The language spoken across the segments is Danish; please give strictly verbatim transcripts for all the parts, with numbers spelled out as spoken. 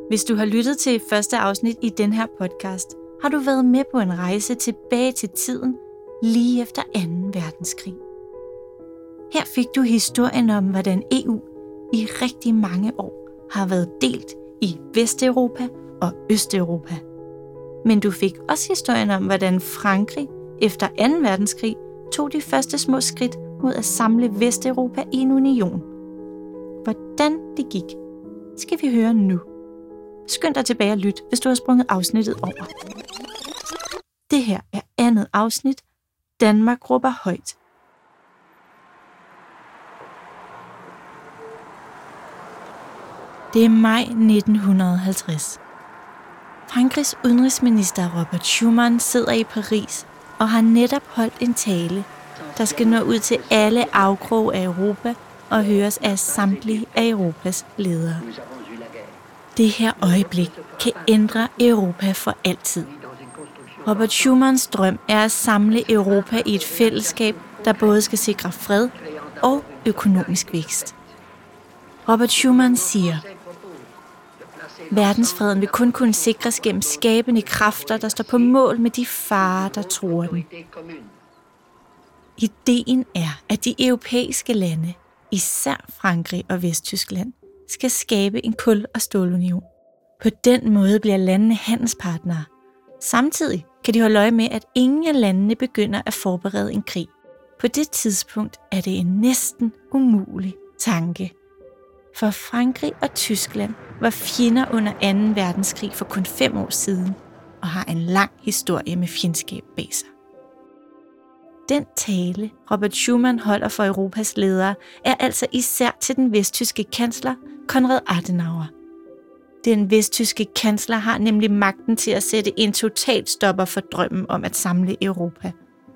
Hvis du har lyttet til første afsnit i den her podcast, har du været med på en rejse tilbage til tiden lige efter anden verdenskrig. Her fik du historien om, hvordan E U i rigtig mange år har været delt i Vesteuropa og Østeuropa. Men du fik også historien om, hvordan Frankrig efter anden verdenskrig tog de første små skridt mod at samle Vesteuropa i en union. Hvordan det gik, skal vi høre nu. Skynd dig tilbage og lyt, hvis du har sprunget afsnittet over. Det her er andet afsnit. Danmark råber højt. Det er maj nitten halvtreds. Frankrigs udenrigsminister Robert Schuman sidder i Paris og har netop holdt en tale, der skal nå ud til alle afkroge af Europa og høres af samtlige af Europas ledere. Det her øjeblik kan ændre Europa for altid. Robert Schumans drøm er at samle Europa i et fællesskab, der både skal sikre fred og økonomisk vækst. Robert Schuman siger, verdensfreden vil kun kunne sikres gennem skabende kræfter, der står på mål med de farer, der truer den. Ideen er, at de europæiske lande, især Frankrig og Vesttyskland, skal skabe en kul- og stålunion. På den måde bliver landene handelspartnere. Samtidig kan de holde øje med, at ingen af landene begynder at forberede en krig. På det tidspunkt er det en næsten umulig tanke. For Frankrig og Tyskland var fjender under anden verdenskrig for kun fem år siden og har en lang historie med fjendskab bag sig. Den tale, Robert Schuman holder for Europas ledere, er altså især til den vesttyske kansler Konrad Adenauer. Den vesttyske kansler har nemlig magten til at sætte en total stopper for drømmen om at samle Europa.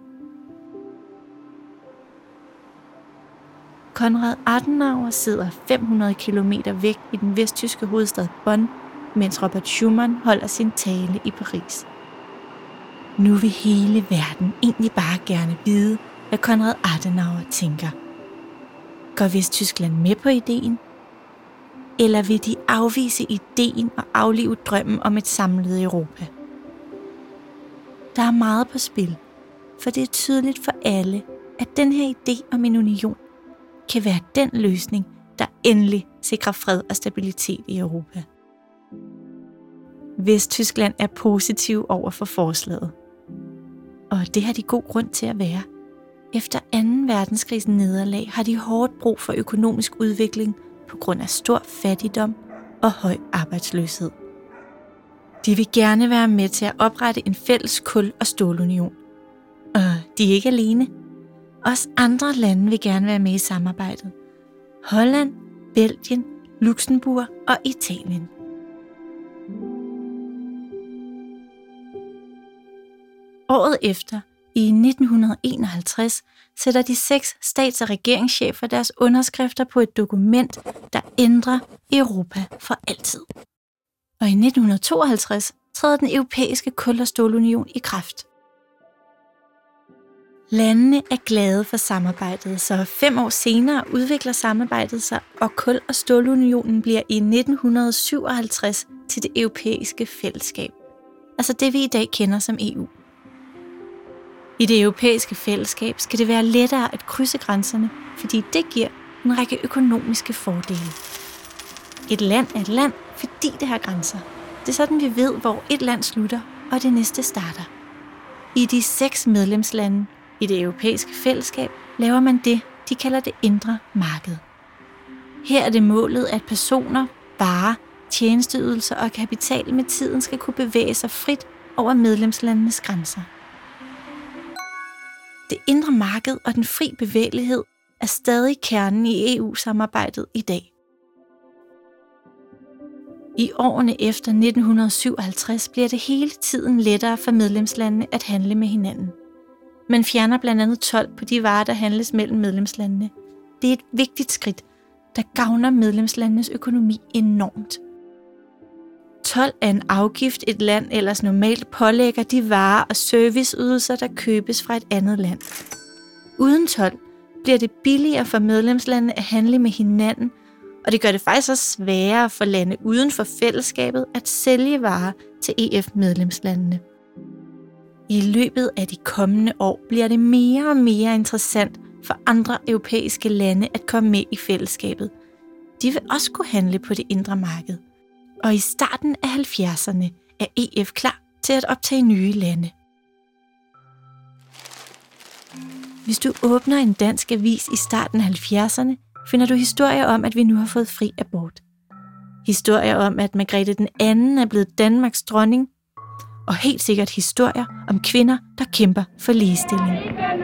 Konrad Adenauer sidder fem hundrede kilometer væk i den vesttyske hovedstad Bonn, mens Robert Schuman holder sin tale i Paris. Nu vil hele verden egentlig bare gerne vide, hvad Konrad Adenauer tænker. Går Vesttyskland med på ideen? Eller vil de afvise ideen og aflive drømmen om et samlet Europa? Der er meget på spil, for det er tydeligt for alle, at den her idé om en union kan være den løsning, der endelig sikrer fred og stabilitet i Europa. Vesttyskland er positiv over for forslaget. Og det har de god grund til at være. Efter anden verdenskrigs nederlag har de hårdt brug for økonomisk udvikling på grund af stor fattigdom og høj arbejdsløshed. De vil gerne være med til at oprette en fælles kul- og stålunion. Og de er ikke alene. Også andre lande vil gerne være med i samarbejdet. Holland, Belgien, Luxembourg og Italien. Året efter, i nitten enoghalvtreds, sætter de seks stats- og regeringschefer deres underskrifter på et dokument, der ændrer Europa for altid. Og i nitten tooghalvtreds træder den europæiske kul- og stålunion i kraft. Landene er glade for samarbejdet, så fem år senere udvikler samarbejdet sig, og kul- og stålunionen bliver i nitten syvoghalvtreds til det europæiske fællesskab. Altså det, vi i dag kender som E U. I det europæiske fællesskab skal det være lettere at krydse grænserne, fordi det giver en række økonomiske fordele. Et land er et land, fordi det har grænser. Det er sådan, vi ved, hvor et land slutter, og det næste starter. I de seks medlemslande i det europæiske fællesskab laver man det, de kalder det indre marked. Her er det målet, at personer, varer, tjenesteydelser og kapital med tiden skal kunne bevæge sig frit over medlemslandenes grænser. Det indre marked og den fri bevægelighed er stadig kernen i E U-samarbejdet i dag. I årene efter nitten syvoghalvtreds bliver det hele tiden lettere for medlemslandene at handle med hinanden. Man fjerner blandt andet told på de varer, der handles mellem medlemslandene. Det er et vigtigt skridt, der gavner medlemslandenes økonomi enormt. Told er en afgift, et land ellers normalt pålægger de varer og serviceydelser, der købes fra et andet land. Uden told bliver det billigere for medlemslandene at handle med hinanden, Og det gør det faktisk også sværere for lande uden for fællesskabet at sælge varer til E F-medlemslandene. I løbet af de kommende år bliver det mere og mere interessant for andre europæiske lande at komme med i fællesskabet. De vil også kunne handle på det indre marked. Og i starten af halvfjerdserne er E F klar til at optage nye lande. Hvis du åbner en dansk avis i starten af halvfjerdserne, finder du historier om, at vi nu har fået fri abort. Historier om, at Margrethe den anden er blevet Danmarks dronning. Og helt sikkert historier om kvinder, der kæmper for ligestilling.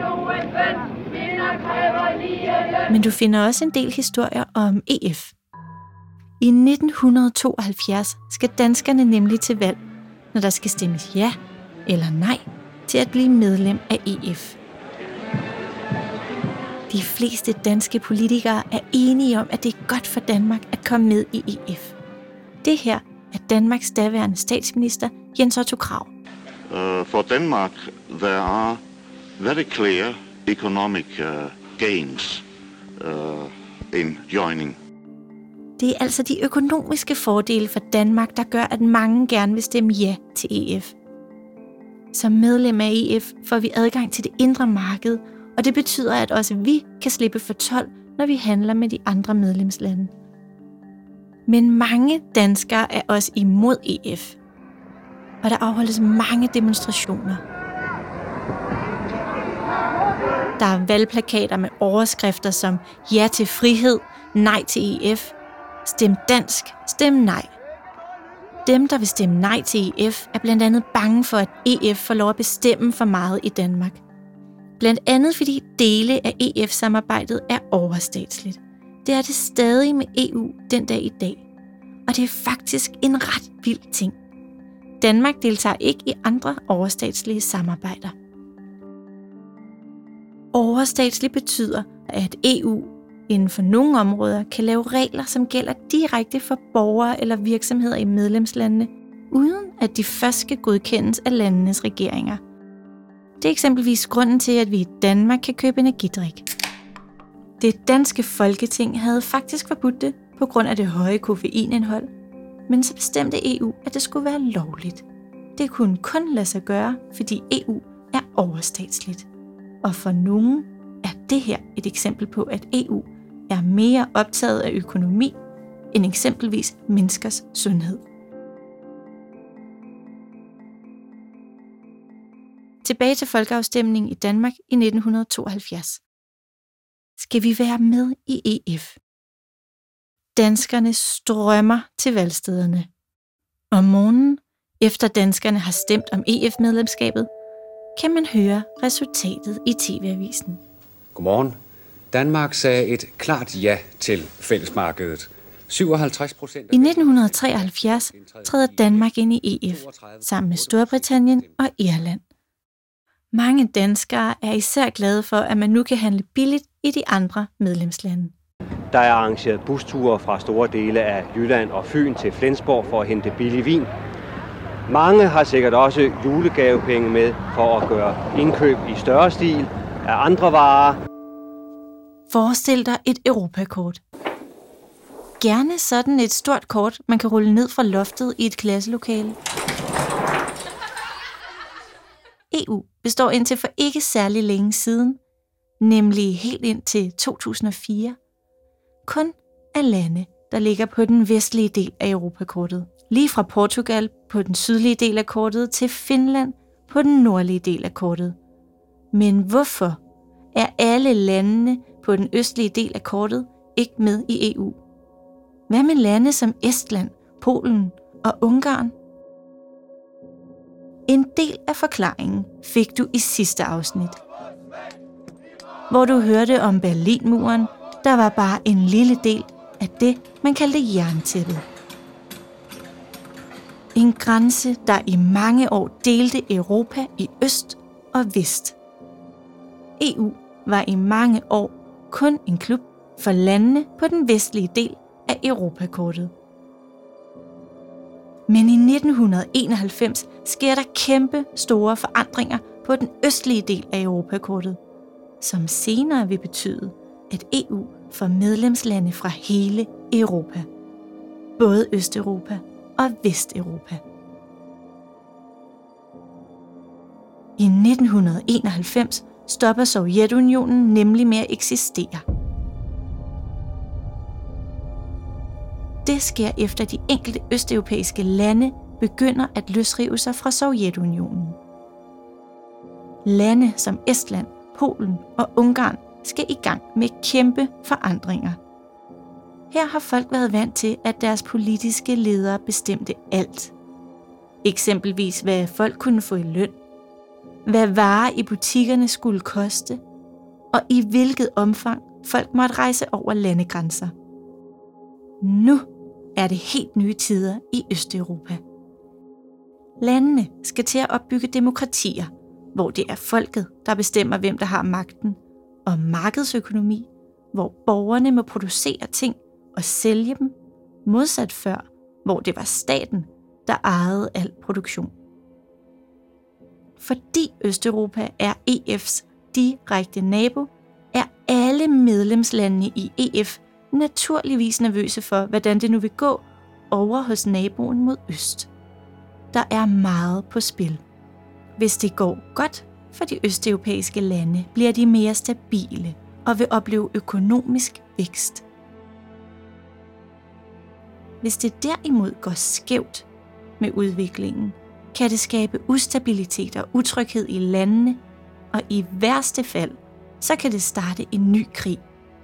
Men du finder også en del historier om E F. I nitten tooghalvfjerds skal danskerne nemlig til valg, når der skal stemmes ja eller nej til at blive medlem af E F. De fleste danske politikere er enige om, at det er godt for Danmark at komme med i E F. Det her er Danmarks daværende statsminister Jens Otto Krag. Uh, for Denmark, there are very clear economic uh, gains uh, in joining. Det er altså de økonomiske fordele for Danmark, der gør, at mange gerne vil stemme ja til E F. Som medlem af E F får vi adgang til det indre marked, og det betyder, at også vi kan slippe for told, når vi handler med de andre medlemslande. Men mange danskere er også imod E F, og der afholdes mange demonstrationer. Der er valgplakater med overskrifter som ja til frihed, nej til E F, stem dansk, stem nej. Dem, der vil stemme nej til E F, er blandt andet bange for, at E F får lov at bestemme for meget i Danmark. Blandt andet fordi dele af E F-samarbejdet er overstatsligt. Det er det stadig med E U den dag i dag. Og det er faktisk en ret vild ting. Danmark deltager ikke i andre overstatslige samarbejder. Overstatsligt betyder, at E U inden for nogle områder kan lave regler, som gælder direkte for borgere eller virksomheder i medlemslandene, uden at de først skal godkendes af landenes regeringer. Det er eksempelvis grunden til, at vi i Danmark kan købe energidrik. Det danske Folketing havde faktisk forbudt det på grund af det høje koffeinindhold, men så bestemte E U, at det skulle være lovligt. Det kunne kun lade sig gøre, fordi E U er overstatsligt. Og for nogen er det her et eksempel på, at E U er mere optaget af økonomi end eksempelvis menneskers sundhed. Tilbage til folkeafstemningen i Danmark i nitten tooghalvfjerds. Skal vi være med i E F? Danskerne strømmer til valgstederne. Om morgenen, efter danskerne har stemt om E F-medlemskabet, kan man høre resultatet i T V-avisen. Godmorgen. Danmark sagde et klart ja til fællesmarkedet. syvoghalvtreds procent I nitten treoghalvfjerds træder Danmark ind i E F, sammen med Storbritannien og Irland. Mange danskere er især glade for, at man nu kan handle billigt i de andre medlemslande. Der er arrangeret busture fra store dele af Jylland og Fyn til Flensborg for at hente billig vin. Mange har sikkert også julegavepenge med for at gøre indkøb i større stil af andre varer. Forestil dig et Europakort. Gerne sådan et stort kort, man kan rulle ned fra loftet i et klasselokale. E U består indtil for ikke særlig længe siden, nemlig helt indtil to tusind og fire, kun af lande, der ligger på den vestlige del af Europakortet. Lige fra Portugal på den sydlige del af kortet til Finland på den nordlige del af kortet. Men hvorfor er alle landene på den østlige del af kortet ikke med i E U? Hvad med lande som Estland, Polen og Ungarn? En del af forklaringen fik du i sidste afsnit, hvor du hørte om Berlinmuren, der var bare en lille del af det, man kaldte jerntæppet. En grænse, der i mange år delte Europa i øst og vest. E U var i mange år kun en klub for landene på den vestlige del af Europakortet. Men i nitten enoghalvfems sker der kæmpe store forandringer på den østlige del af Europakortet, som senere vil betyde, at E U får medlemslande fra hele Europa. Både Østeuropa og Vesteuropa. I nitten enoghalvfems stopper Sovjetunionen nemlig med at eksistere. Det sker efter de enkelte østeuropæiske lande begynder at løsrive sig fra Sovjetunionen. Lande som Estland, Polen og Ungarn skal i gang med kæmpe forandringer. Her har folk været vant til, at deres politiske ledere bestemte alt. Eksempelvis hvad folk kunne få i løn, hvad varer i butikkerne skulle koste, og i hvilket omfang folk måtte rejse over landegrænser. Nu er det helt nye tider i Østeuropa. Landene skal til at opbygge demokratier, hvor det er folket, der bestemmer, hvem der har magten, og markedsøkonomi, hvor borgerne må producere ting og sælge dem, modsat før, hvor det var staten, der ejede al produktion. Fordi Østeuropa er E F's direkte nabo, er alle medlemslandene i E F naturligvis nervøse for, hvordan det nu vil gå over hos naboen mod øst. Der er meget på spil. Hvis det går godt for de østeuropæiske lande, bliver de mere stabile og vil opleve økonomisk vækst. Hvis det derimod går skævt med udviklingen, kan det skabe ustabilitet og utryghed i landene, og i værste fald, så kan det starte en ny krig.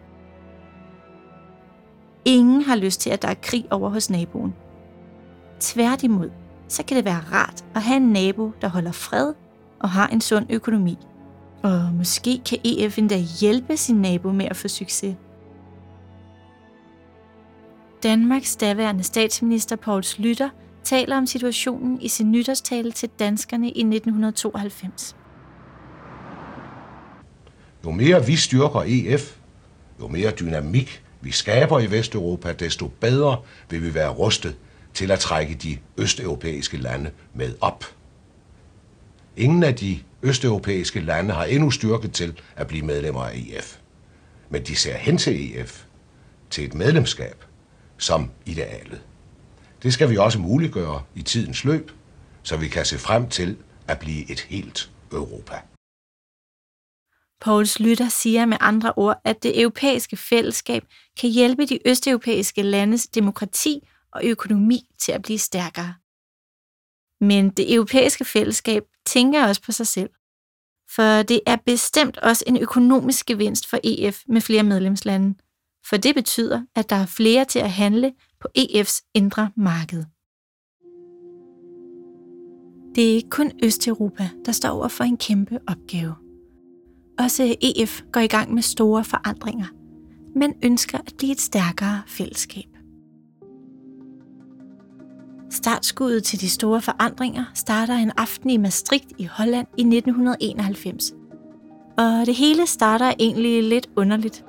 Ingen har lyst til, at der er krig over hos naboen. Tværtimod, så kan det være rart at have en nabo, der holder fred og har en sund økonomi. Og måske kan E F endda hjælpe sin nabo med at få succes. Danmarks daværende statsminister Poul Schlüter taler om situationen i sin nytårstale til danskerne i nitten tooghalvfems. Jo mere vi styrker E F, jo mere dynamik vi skaber i Vesteuropa, desto bedre vil vi være rustet til at trække de østeuropæiske lande med op. Ingen af de østeuropæiske lande har endnu styrke til at blive medlemmer af E F. Men de ser hen til E F, til et medlemskab, som idealet. Det skal vi også muliggøre i tidens løb, så vi kan se frem til at blive et helt Europa. Poul Schlüter siger med andre ord, at det europæiske fællesskab kan hjælpe de østeuropæiske landes demokrati og økonomi til at blive stærkere. Men det europæiske fællesskab tænker også på sig selv. For det er bestemt også en økonomisk gevinst for E F med flere medlemslande. For det betyder, at der er flere til at handle på E F's indre marked. Det er ikke kun Østeuropa, der står over for en kæmpe opgave. Også E F går i gang med store forandringer, men ønsker at blive et stærkere fællesskab. Startskuddet til de store forandringer starter en aften i Maastricht i Holland i nitten enoghalvfems. Og det hele starter egentlig lidt underligt.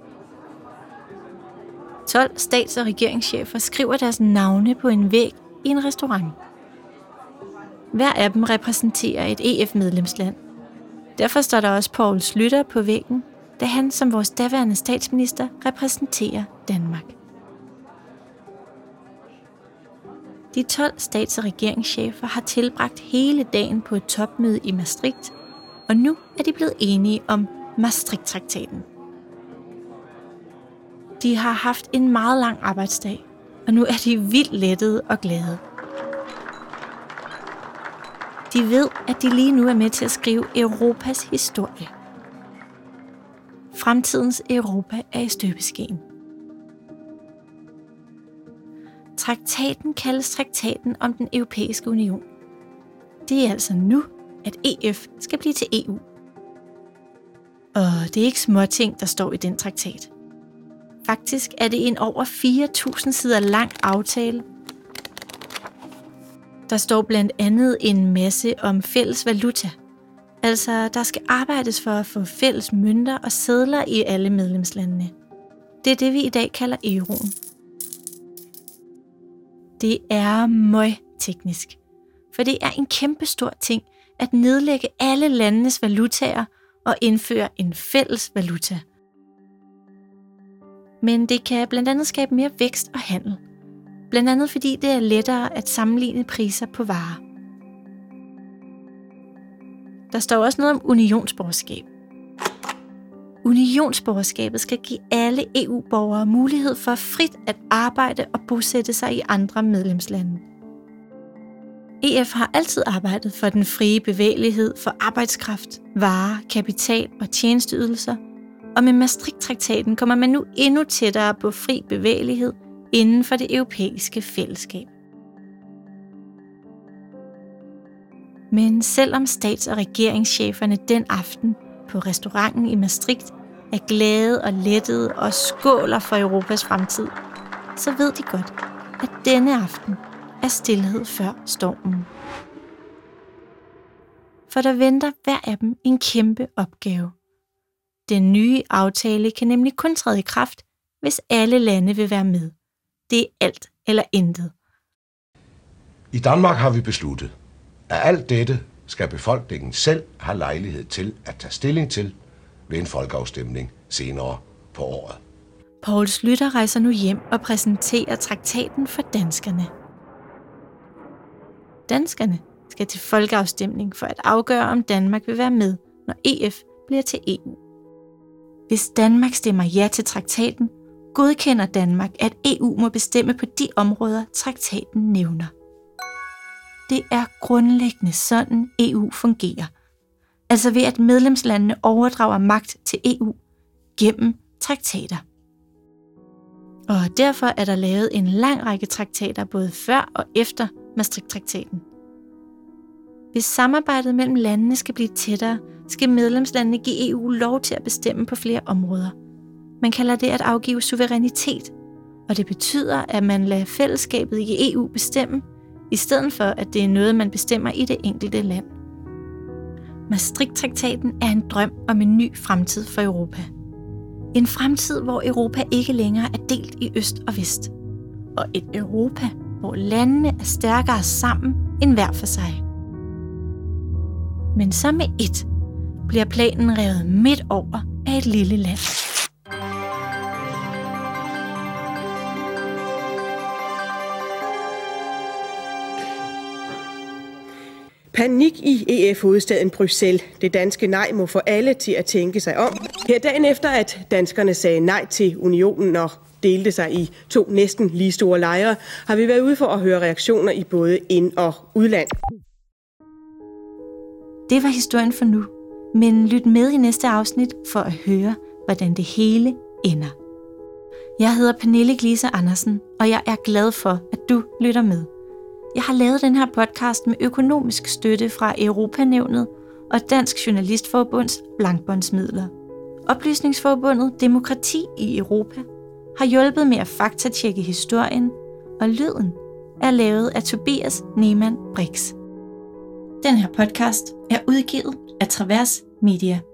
tolv stats- og regeringschefer skriver deres navne på en væg i en restaurant. Hver af dem repræsenterer et E F-medlemsland. Derfor står der også Poul Schlüter på væggen, da han som vores daværende statsminister repræsenterer Danmark. De tolv stats- og regeringschefer har tilbragt hele dagen på et topmøde i Maastricht, og nu er de blevet enige om Maastricht-traktaten. De har haft en meget lang arbejdsdag, og nu er de vildt lettede og glade. De ved, at de lige nu er med til at skrive Europas historie. Fremtidens Europa er i støbeskeen. Traktaten kaldes Traktaten om den Europæiske Union. Det er altså nu, at E F skal blive til E U. Og det er ikke småting, der står i den traktat. Faktisk er det en over fire tusind sider lang aftale. Der står blandt andet en masse om fælles valuta. Altså, der skal arbejdes for at få fælles mønter og sedler i alle medlemslandene. Det er det, vi i dag kalder euroen. Det er møgteknisk, for det er en kæmpe stor ting at nedlægge alle landenes valutaer og indføre en fælles valuta. Men det kan blandt andet skabe mere vækst og handel. Blandt andet fordi det er lettere at sammenligne priser på varer. Der står også noget om unionsborgerskab. Unionsborgerskabet skal give alle E U-borgere mulighed for frit at arbejde og bosætte sig i andre medlemslande. E F har altid arbejdet for den frie bevægelighed for arbejdskraft, varer, kapital og tjenesteydelser, og med Maastricht-traktaten kommer man nu endnu tættere på fri bevægelighed inden for det europæiske fællesskab. Men selvom stats- og regeringscheferne den aften på restauranten i Maastricht er glade og lettede og skåler for Europas fremtid, så ved de godt, at denne aften er stilhed før stormen. For der venter hver af dem en kæmpe opgave. Den nye aftale kan nemlig kun træde i kraft, hvis alle lande vil være med. Det er alt eller intet. I Danmark har vi besluttet, at alt dette skal befolkningen selv have lejlighed til at tage stilling til ved en folkeafstemning senere på året. Poul Schlüter rejser nu hjem og præsenterer traktaten for danskerne. Danskerne skal til folkeafstemning for at afgøre, om Danmark vil være med, når E F bliver til E U. Hvis Danmark stemmer ja til traktaten, godkender Danmark, at E U må bestemme på de områder, traktaten nævner. Det er grundlæggende sådan E U fungerer. Altså ved at medlemslandene overdrager magt til E U gennem traktater. Og derfor er der lavet en lang række traktater både før og efter Maastricht-traktaten. Hvis samarbejdet mellem landene skal blive tættere, skal medlemslandene give E U lov til at bestemme på flere områder. Man kalder det at afgive suverænitet, og det betyder, at man lader fællesskabet i E U bestemme, i stedet for at det er noget, man bestemmer i det enkelte land. Maastricht-traktaten er en drøm om en ny fremtid for Europa. En fremtid, hvor Europa ikke længere er delt i øst og vest. Og et Europa, hvor landene er stærkere sammen end hver for sig. Men så med ét bliver planen revet midt over af et lille land. Panik i E F-hovedstaden Bruxelles. Det danske nej må få alle til at tænke sig om. Her dagen efter, at danskerne sagde nej til unionen og delte sig i to næsten lige store lejre, har vi været ude for at høre reaktioner i både ind- og udland. Det var historien for nu, men lyt med i næste afsnit for at høre, hvordan det hele ender. Jeg hedder Pernille Glise Andersen, og jeg er glad for, at du lytter med. Jeg har lavet den her podcast med økonomisk støtte fra Europanævnet og Dansk Journalistforbunds blankbåndsmidler. Oplysningsforbundet Demokrati i Europa har hjulpet med at faktatjekke historien, og lyden er lavet af Tobias Neman Brix. Den her podcast er udgivet af Travers Media.